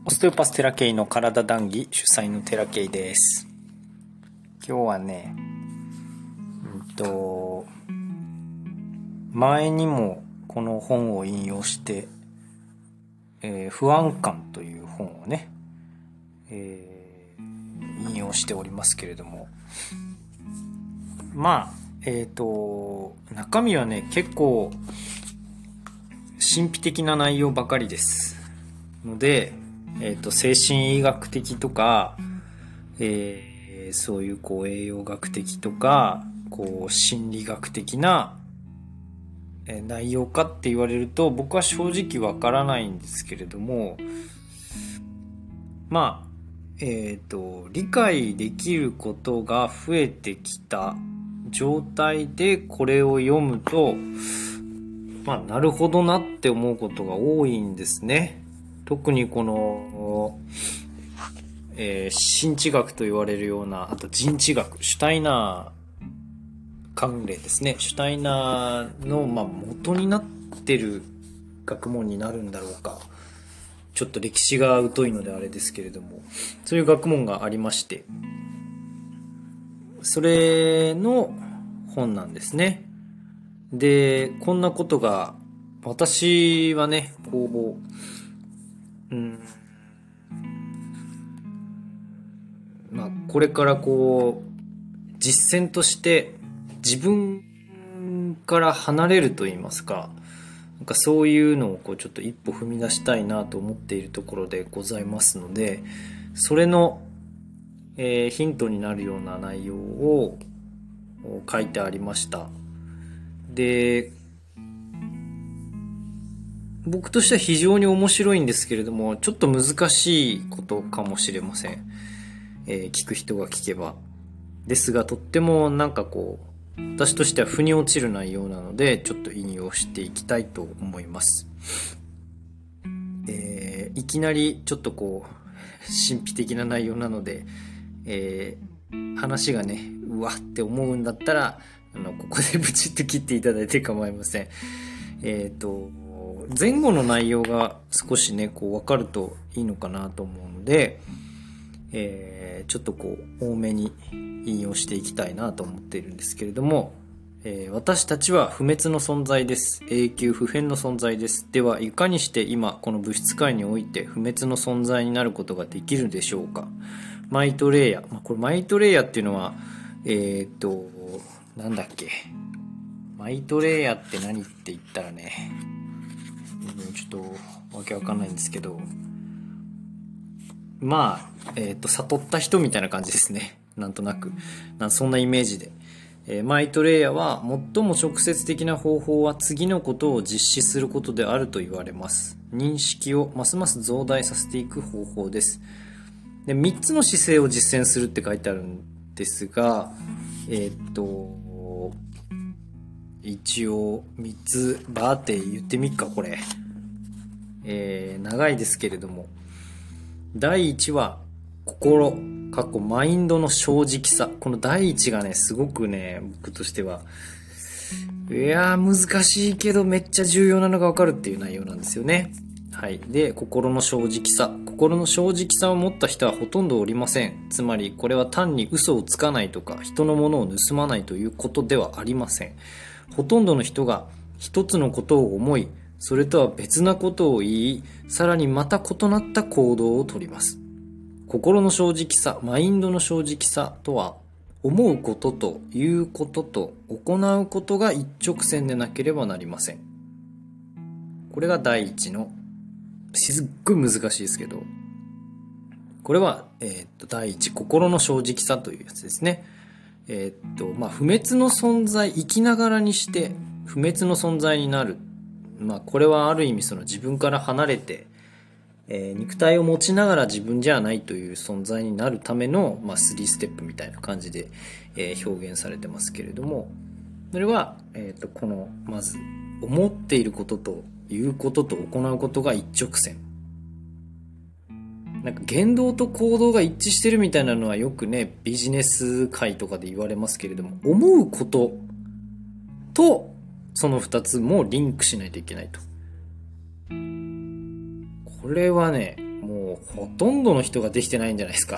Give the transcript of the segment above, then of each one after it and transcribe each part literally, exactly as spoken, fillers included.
オステオパステラケイの体談義主催のテラケイです。今日はね、うんと前にもこの本を引用して、えー、不安感という本をね、えー、引用しておりますけれども、まあえっと中身はね結構神秘的な内容ばかりですので、えー、と精神医学的とか、えー、そういうこう栄養学的とかこう心理学的な内容かって言われると僕は正直わからないんですけれども、まあえっ、ー、と理解できることが増えてきた状態でこれを読むと、まあなるほどなって思うことが多いんですね。特にこの、えー、心地学と言われるような、あと人知学、シュタイナー関連ですね。シュタイナーの、まあ、元になってる学問になるんだろうか。ちょっと歴史が疎いのであれですけれども、そういう学問がありまして、それの本なんですね。で、こんなことが、私はね、こう、うん、まあ、これからこう実践として自分から離れると言いますか、なんかそういうのをこうちょっと一歩踏み出したいなと思っているところでございますので、それの、えー、ヒントになるような内容を書いてありました。で、僕としては非常に面白いんですけれども、ちょっと難しいことかもしれません。えー、聞く人が聞けばですが、とってもなんかこう私としては腑に落ちる内容なのでちょっと引用していきたいと思います。えー、いきなりちょっとこう神秘的な内容なので、えー、話がねうわって思うんだったらあのここでブチッと切っていただいて構いません。えっと前後の内容が少しねこう分かるといいのかなと思うので、えー、ちょっとこう多めに引用していきたいなと思っているんですけれども、えー、私たちは不滅の存在です。永久不変の存在です。ではいかにして今この物質界において不滅の存在になることができるでしょうか。マイトレイヤ、まあ、これマイトレイヤっていうのはえっ、ー、となんだっけ、マイトレイヤって何って言ったらね、ちょっとわけわかんないんですけど、まあ、えっ、ー、と、悟った人みたいな感じですね。なんとなく。なそんなイメージで。えー、マイトレイヤは、最も直接的な方法は次のことを実施することであると言われます。認識をますます増大させていく方法です。で、みっつの姿勢を実践するって書いてあるんですが、えっ、ー、と、一応みっつバーって言ってみっか、これ。えー、長いですけれども。第一は心、かっこマインドの正直さ。この第一がねすごくね僕としてはいやー難しいけどめっちゃ重要なのがわかるっていう内容なんですよね。はい。で、心の正直さ。心の正直さを持った人はほとんどおりません。つまりこれは単に嘘をつかないとか人のものを盗まないということではありません。ほとんどの人が一つのことを思い、それとは別なことを言い、さらにまた異なった行動をとります。心の正直さ、マインドの正直さとは、思うことと言うことと行うことが一直線でなければなりません。これが第一の、すっごい難しいですけど、これは、えー、っと第一、心の正直さというやつですね。えー、っと、まあ、不滅の存在、生きながらにして不滅の存在になる。まあ、これはある意味その自分から離れて、えー、肉体を持ちながら自分じゃないという存在になるための、まあ、スリーステップみたいな感じで、えー、表現されてますけれども、それは、えー、とこのまず思っていることと言うことと行うことが一直線。なんか言動と行動が一致してるみたいなのはよくねビジネス界とかで言われますけれども、思うこととその二つもリンクしないといけないと。これはねももうほとんどの人ができてないんじゃないですか。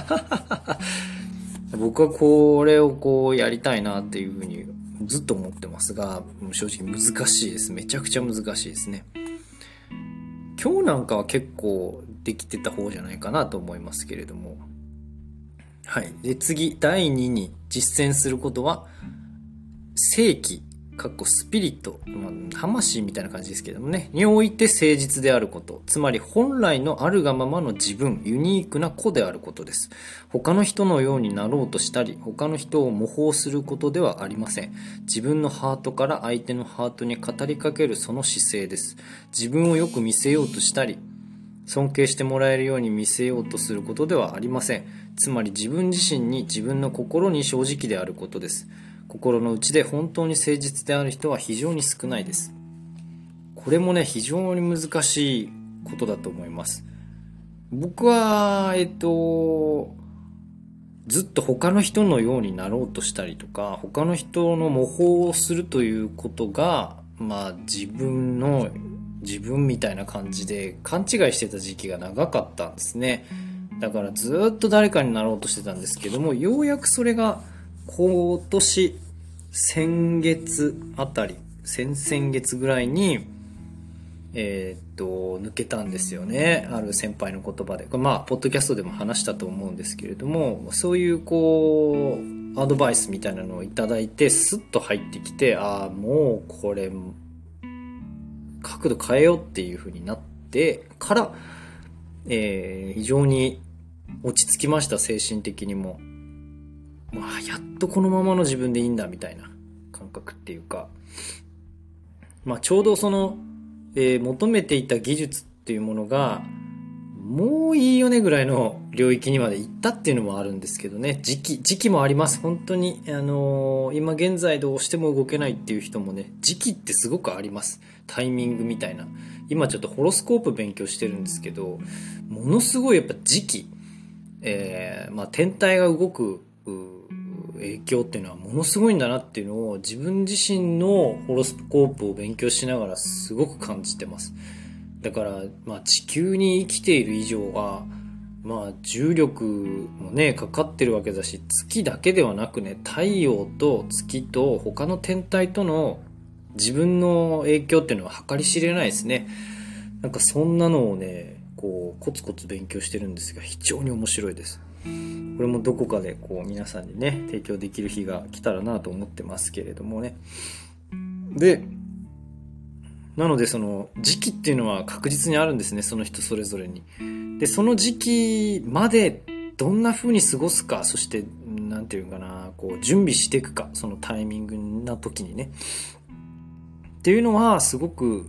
僕はこれをこうやりたいなっていうふうにずっと思ってますが、正直難しいです。めちゃくちゃ難しいですね。今日なんかは結構できてた方じゃないかなと思いますけれども。はい。で、次、だいにに実践することは、正気、かっこスピリット、まあ、魂みたいな感じですけどもね、において誠実であること。つまり本来のあるがままの自分、ユニークな個であることです。他の人のようになろうとしたり、他の人を模倣することではありません。自分のハートから相手のハートに語りかけるその姿勢です。自分をよく見せようとしたり、尊敬してもらえるように見せようとすることではありません。つまり自分自身に自分の心に正直であることです。心の内で本当に誠実である人は非常に少ないです。これもね、非常に難しいことだと思います。僕は、えっと、ずっと他の人のようになろうとしたりとか、他の人の模倣をするということが、まあ自分の、自分みたいな感じで勘違いしてた時期が長かったんですね。だからずっと誰かになろうとしてたんですけども、ようやくそれが今年、先月あたり、先々月ぐらいに、えー、っと、抜けたんですよね。ある先輩の言葉で。まあ、ポッドキャストでも話したと思うんですけれども、そういうこう、アドバイスみたいなのをいただいて、スッと入ってきて、ああ、もうこれ、角度変えようっていう風になってから、えー、非常に落ち着きました、精神的にも。まあ、やっとこのままの自分でいいんだみたいな感覚っていうか、まあ、ちょうどその、えー、求めていた技術っていうものがもういいよねぐらいの領域にまで行ったっていうのもあるんですけどね。時期時期もあります。本当に、あのー、今現在どうしても動けないっていう人もね、時期ってすごくあります。タイミングみたいな。今ちょっとホロスコープ勉強してるんですけど、ものすごいやっぱ時期、えー、まあ天体が動く影響っていうのはものすごいんだなっていうのを自分自身のホロスコープを勉強しながらすごく感じてます。だから、まあ、地球に生きている以上は、まあ、重力もねかかってるわけだし、月だけではなくね、太陽と月と他の天体との自分の影響っていうのは計り知れないですね。なんかそんなのをねこうコツコツ勉強してるんですが、非常に面白いです。これもどこかでこう皆さんにね提供できる日が来たらなと思ってますけれどもね。で、なのでその時期っていうのは確実にあるんですね、その人それぞれに。で、その時期までどんな風に過ごすか、そしてなんていうかな、こう準備していくか、そのタイミングな時にねっていうのはすごく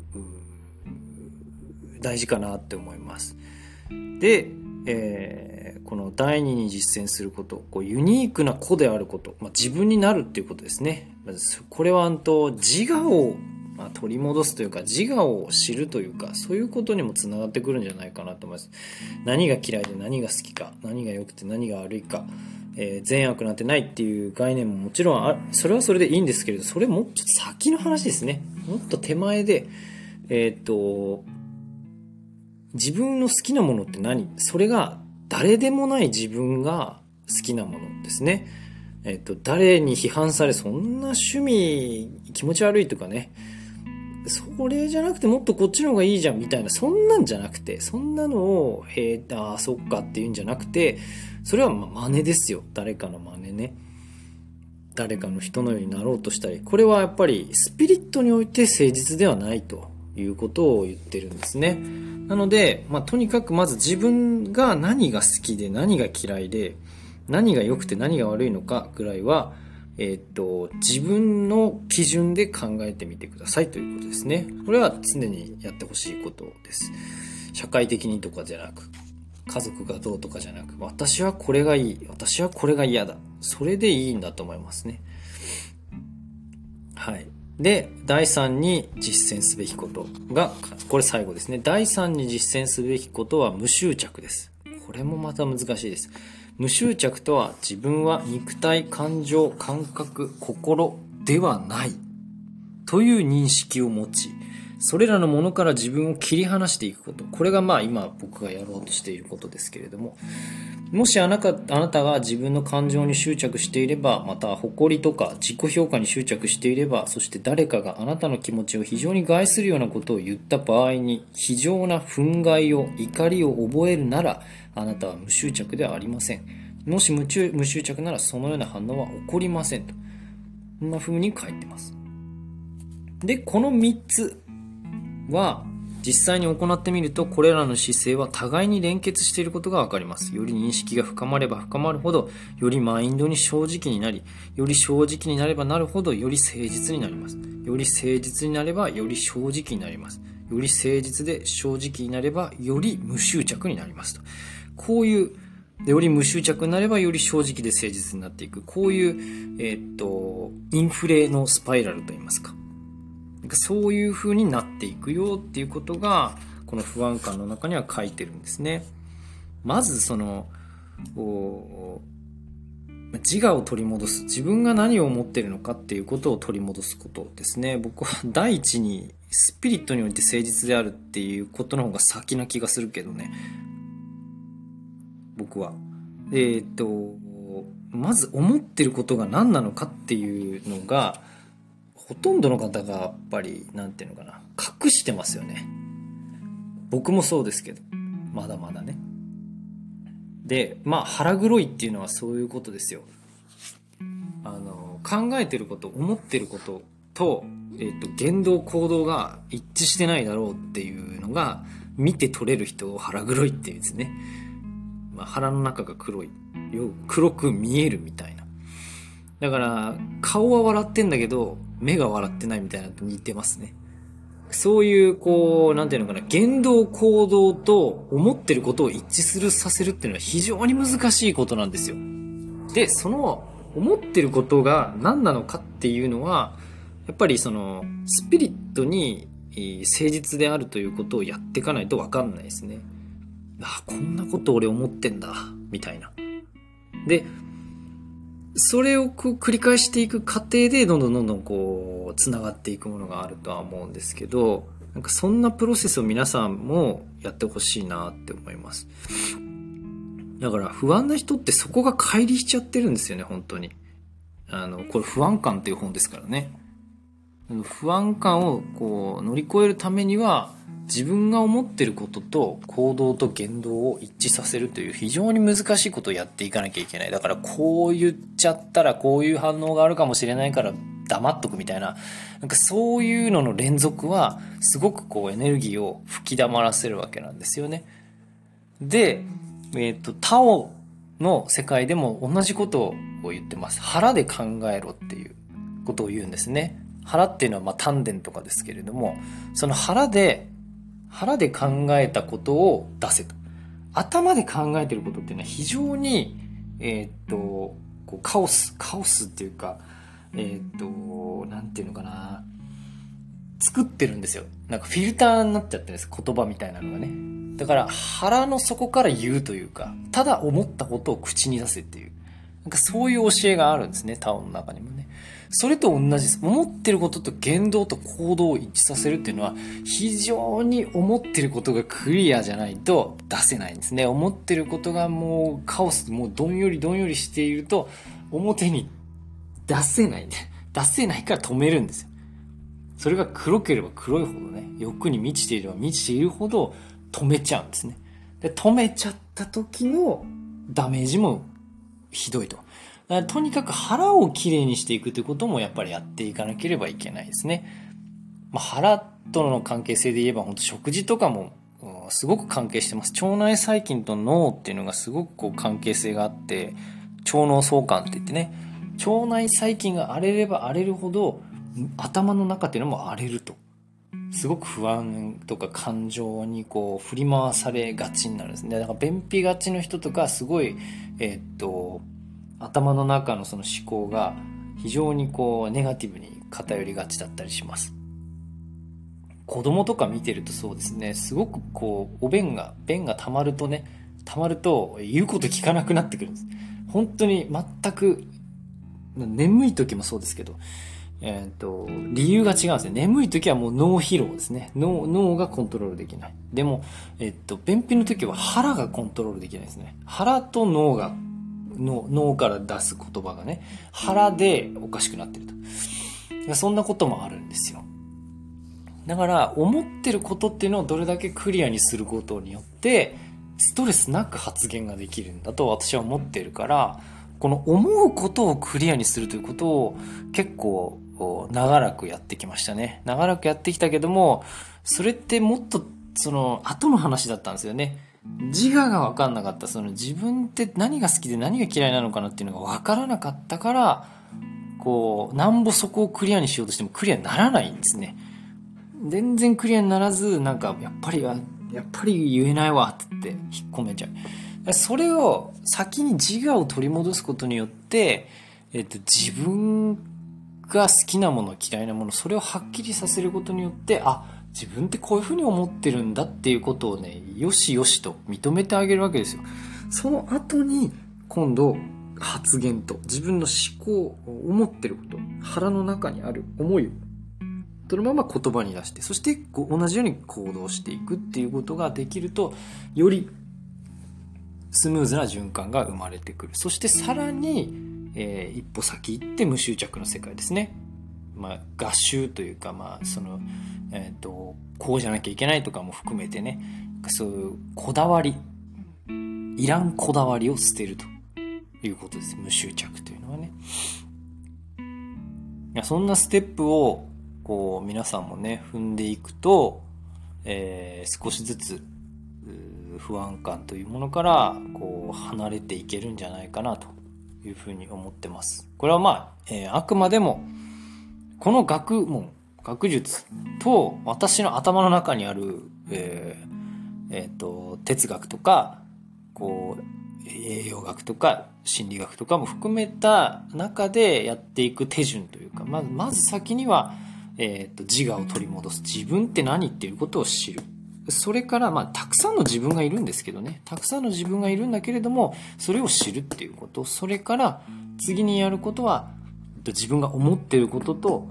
大事かなって思います。で、えー、この第二に実践すること、こうユニークな個であること、まあ、自分になるっていうことですね。まずこれはと自我を、まあ、取り戻すというか、自我を知るというか、そういうことにもつながってくるんじゃないかなと思います。何が嫌いで何が好きか、何が良くて何が悪いか、えー、善悪なんてないっていう概念ももちろんあ、それはそれでいいんですけれど、それもちょっと先の話ですね。もっと手前で、えー、っと自分の好きなものって何？それが誰でもない自分が好きなものですね。えっと、誰に批判され、そんな趣味気持ち悪いとかね、それじゃなくてもっとこっちの方がいいじゃんみたいな、そんなんじゃなくて、そんなのを、へえ、ああ、そっかっていうんじゃなくて、それはまあ真似ですよ。誰かの真似ね。誰かの人のようになろうとしたり、これはやっぱりスピリットにおいて誠実ではないということを言ってるんですね。なので、まあ、とにかくまず自分が何が好きで何が嫌いで何が良くて何が悪いのかぐらいは、えーっと、自分の基準で考えてみてくださいということですね。これは常にやってほしいことです。社会的にとかじゃなく、家族がどうとかじゃなく、私はこれがいい、私はこれが嫌だ、それでいいんだと思いますね。はい。で、だいさんに実践すべきことが、これ最後ですね。だいさんに実践すべきことは無執着です。これもまた難しいです。無執着とは、自分は肉体、感情、感覚、心ではないという認識を持ち、 それらのものから自分を切り離していくこと。これがまあ今僕がやろうとしていることですけれども、もしあなた、あなたが自分の感情に執着していれば、また誇りとか自己評価に執着していれば、そして誰かがあなたの気持ちを非常に害するようなことを言った場合に、非常な憤慨を、怒りを覚えるなら、あなたは無執着ではありません。もし無執無執着ならそのような反応は起こりませんと。こんな風に書いてます。で、このみっつは、実際に行ってみると、これらの姿勢は互いに連結していることがわかります。より認識が深まれば深まるほど、よりマインドに正直になり、より正直になればなるほど、より誠実になります。より誠実になれば、より正直になります。より誠実で正直になれば、より無執着になりますと。こういう、より無執着になれば、より正直で誠実になっていく。こういう、えーっと、インフレのスパイラルといいますか。そういう風になっていくよっていうことがこの不安感の中には書いてるんですね。まずその自我を取り戻す、自分が何を思っているのかっていうことを取り戻すことですね。僕は第一にスピリットにおいて誠実であるっていうことの方が先な気がするけどね、僕は。えーっとまず思ってることが何なのかっていうのがほとんどの方がやっぱりなんていうのかな、隠してますよね。僕もそうですけど、まだまだね。で、まあ腹黒いっていうのはそういうことですよ。あの考えてること、思ってることと、えっと言動行動が一致してないだろうっていうのが見て取れる人を腹黒いっていうんですね。まあ、腹の中が黒い、黒く見えるみたいな。だから顔は笑ってんだけど目が笑ってないみたいなのと似てますね。そういうこうなんていうのかな、言動行動と思ってることを一致するさせるっていうのは非常に難しいことなんですよ。で、その思ってることが何なのかっていうのはやっぱりそのスピリットに誠実であるということをやっていかないと分かんないですね。あ、こんなこと俺思ってんだみたいな。でそれをこう繰り返していく過程でどんどんどんどんこうつながっていくものがあるとは思うんですけど、なんかそんなプロセスを皆さんもやってほしいなって思います。だから不安な人ってそこが乖離しちゃってるんですよね、本当に。あのこれ不安感っていう本ですからね。不安感をこう乗り越えるためには自分が思ってることと行動と言動を一致させるという非常に難しいことをやっていかなきゃいけない。だからこう言っちゃったらこういう反応があるかもしれないから黙っとくみたいな、なんかそういうのの連続はすごくこうエネルギーを吹き溜まらせるわけなんですよね。で、えっとタオの世界でも同じことを言ってます。腹で考えろっていうことを言うんですね。腹っていうのはまあ丹田とかですけれども、その腹で腹で考えたことを出せと。頭で考えてることっていうのは非常に、えー、っとこうカオスカオスっていうか、えー、っとなんていうのかな、作ってるんですよ。なんかフィルターになっちゃってるんです、言葉みたいなのがね。だから腹の底から言うというか、ただ思ったことを口に出せっていう、なんかそういう教えがあるんですね、タオの中にもね。それと同じです。思ってることと言動と行動を一致させるっていうのは非常に思ってることがクリアじゃないと出せないんですね。思ってることがもうカオス、もうどんよりどんよりしていると表に出せないんで、出せないから止めるんですよ。それが黒ければ黒いほどね、欲に満ちていれば満ちているほど止めちゃうんですね。で、止めちゃった時のダメージもひどいと。だからとにかく腹をきれいにしていくということもやっぱりやっていかなければいけないですね。まあ、腹との関係性で言えば本当食事とかもすごく関係してます。腸内細菌と脳っていうのがすごくこう関係性があって、腸脳相関って言ってね、腸内細菌が荒れれば荒れるほど頭の中っていうのも荒れると。すごく不安とか感情にこう振り回されがちになるんですね。だから便秘がちの人とかすごいえー、っと頭の中のその思考が非常にこうネガティブに偏りがちだったりします。子供とか見てるとそうですね、すごくこうお便が便が溜まるとね、溜まると言うこと聞かなくなってくるんです。本当に全く眠い時もそうですけど、 えっと、理由が違うんですね。眠い時はもう脳疲労ですね。脳、脳がコントロールできない。でも、えっと、便秘の時は腹がコントロールできないですね。腹と脳が、脳、脳から出す言葉がね、腹でおかしくなってると。そんなこともあるんですよ。だから、思ってることっていうのをどれだけクリアにすることによって、ストレスなく発言ができるんだと私は思っているから、この思うことをクリアにするということを結構長らくやってきましたね。長らくやってきたけども、それってもっとその後の話だったんですよね。自我が分かんなかった。その自分って何が好きで何が嫌いなのかなっていうのが分からなかったから、こう、なんぼそこをクリアにしようとしてもクリアにならないんですね。全然クリアにならず、なんかやっぱりやっぱり言えないわって言って引っ込めちゃう。それを先に自我を取り戻すことによって、えっと、自分が好きなもの嫌いなもの、それをはっきりさせることによって、あ、自分ってこういうふうに思ってるんだっていうことをね、よしよしと認めてあげるわけですよ。その後に今度発言と自分の思考、思ってること、腹の中にある思いをそのまま言葉に出して、そして同じように行動していくっていうことができると、よりスムーズな循環が生まれてくる。そしてさらに、えー、一歩先行って無執着の世界ですね。まあ、合衆というか、まあ、その、えっと、こうじゃなきゃいけないとかも含めてね、そういうこだわり、いらんこだわりを捨てるということです。無執着というのはね。いや、そんなステップを、こう皆さんもね踏んでいくと、えー、少しずつ不安感というものからこう離れていけるんじゃないかなというふうに思ってます。これはまあ、えー、あくまでもこの学問学術と私の頭の中にある、えーえー、と哲学とかこう栄養学とか心理学とかも含めた中でやっていく手順というか、まず、まず先にはえー、と自我を取り戻す。自分って何っていうことを知る。それから、まあ、たくさんの自分がいるんですけどね。たくさんの自分がいるんだけれども、それを知るっていうこと。それから、次にやることは、自分が思っていることと、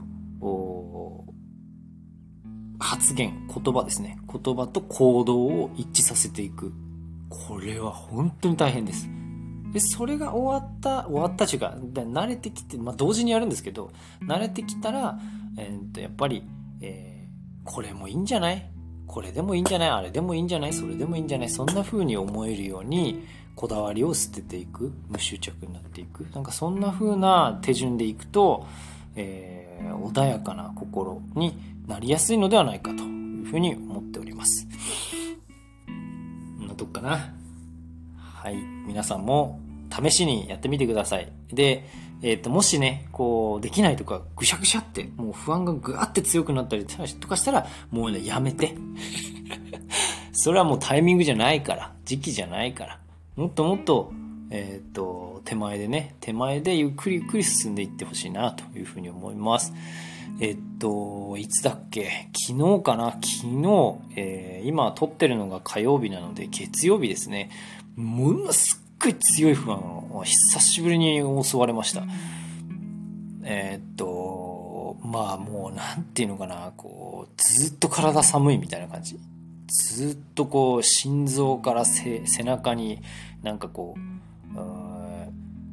発言、言葉ですね。言葉と行動を一致させていく。これは本当に大変です。で、それが終わった、終わったというか、慣れてきて、まあ、同時にやるんですけど、慣れてきたら、えー、とやっぱり、えー、これもいいんじゃない？これでもいいんじゃない？あれでもいいんじゃない？それでもいいんじゃない？そんな風に思えるようにこだわりを捨てていく、無執着になっていく、なんかそんな風な手順でいくと、えー、穏やかな心になりやすいのではないかという風に思っております。どっかな。はい、皆さんも試しにやってみてください。で、えっと、もしね、こう、できないとか、ぐしゃぐしゃって、もう不安がぐわって強くなったりとかしたら、もうね、やめて。それはもうタイミングじゃないから、時期じゃないから、もっともっと、えっと、手前でね、手前でゆっくりゆっくり進んでいってほしいな、というふうに思います。えっと、いつだっけ？昨日かな？昨日、えー、今撮ってるのが火曜日なので、月曜日ですね。ものすっごい強い不安を久しぶりに襲われました。えー、っと、まあもうなんていうのかな、こう、ずっと体寒いみたいな感じ。ずっとこう、心臓から背中になんかこう、うーん、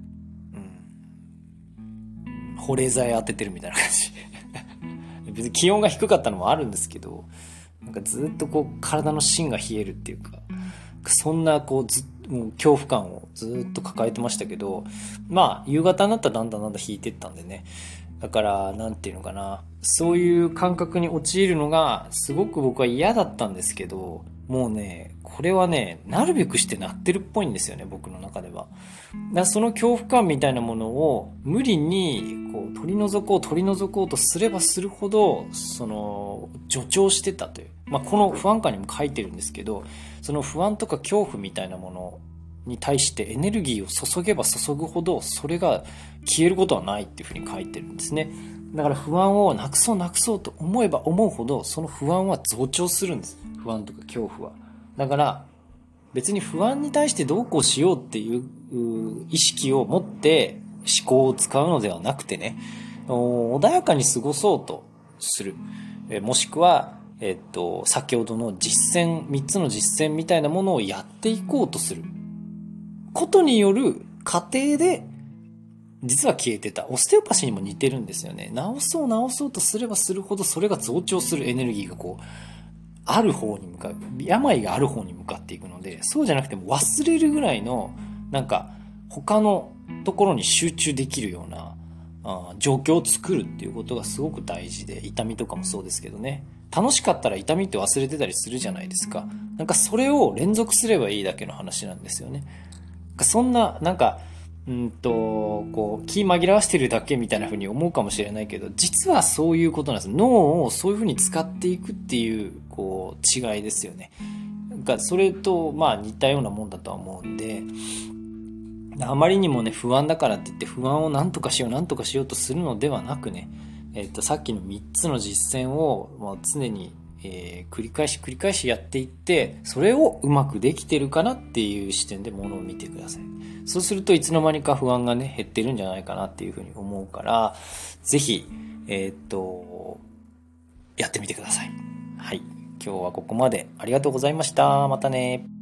うん、保冷剤当ててるみたいな感じ。別に気温が低かったのもあるんですけど、なんかずっとこう、体の芯が冷えるっていうか、そんなこうずもう恐怖感をずっと抱えてましたけど、まあ夕方になったらだんだんだんだん引いてったんでね。だからなんていうのかな、そういう感覚に陥るのがすごく僕は嫌だったんですけど、もうねこれはねなるべくしてなってるっぽいんですよね、僕の中では。だからその恐怖感みたいなものを無理にこう取り除こう取り除こうとすればするほどその助長してたという、まあ、この不安感にも書いてるんですけど、その不安とか恐怖みたいなものに対してエネルギーを注げば注ぐほどそれが消えることはないっていうふうに書いてるんですね。だから不安をなくそうなくそうと思えば思うほどその不安は増長するんです。不安とか恐怖は。だから別に不安に対してどうこうしようっていう意識を持って思考を使うのではなくてね、 穏やかに過ごそうとする。もしくは、えっと、先ほどの実践、みっつの実践みたいなものをやっていこうとすることによる過程で、実は消えてた。オステオパシーにも似てるんですよね。治そう治そうとすればするほど、それが増長するエネルギーがこう、ある方に向かう。病がある方に向かっていくので、そうじゃなくても忘れるぐらいの、なんか、他のところに集中できるような、あ状況を作るっていうことがすごく大事で、痛みとかもそうですけどね。楽しかったら痛みって忘れてたりするじゃないですか。なんかそれを連続すればいいだけの話なんですよね。そんな、なんか、うんと、こう、気紛らわしてるだけみたいな風に思うかもしれないけど、実はそういうことなんです。脳をそういう風に使っていくっていう、こう、違いですよね。なんか、それと、まあ似たようなもんだとは思うんで、あまりにもね、不安だからって言って不安を何とかしよう何とかしようとするのではなくね、えっと、さっきのみっつの実践を、もう常に、えー繰り返し繰り返しやっていって、それをうまくできてるかなっていう視点でものを見てください。そうするといつの間にか不安がね、減ってるんじゃないかなっていうふうに思うから、ぜひ、えーっと、やってみてください。はい。今日はここまでありがとうございました。またね。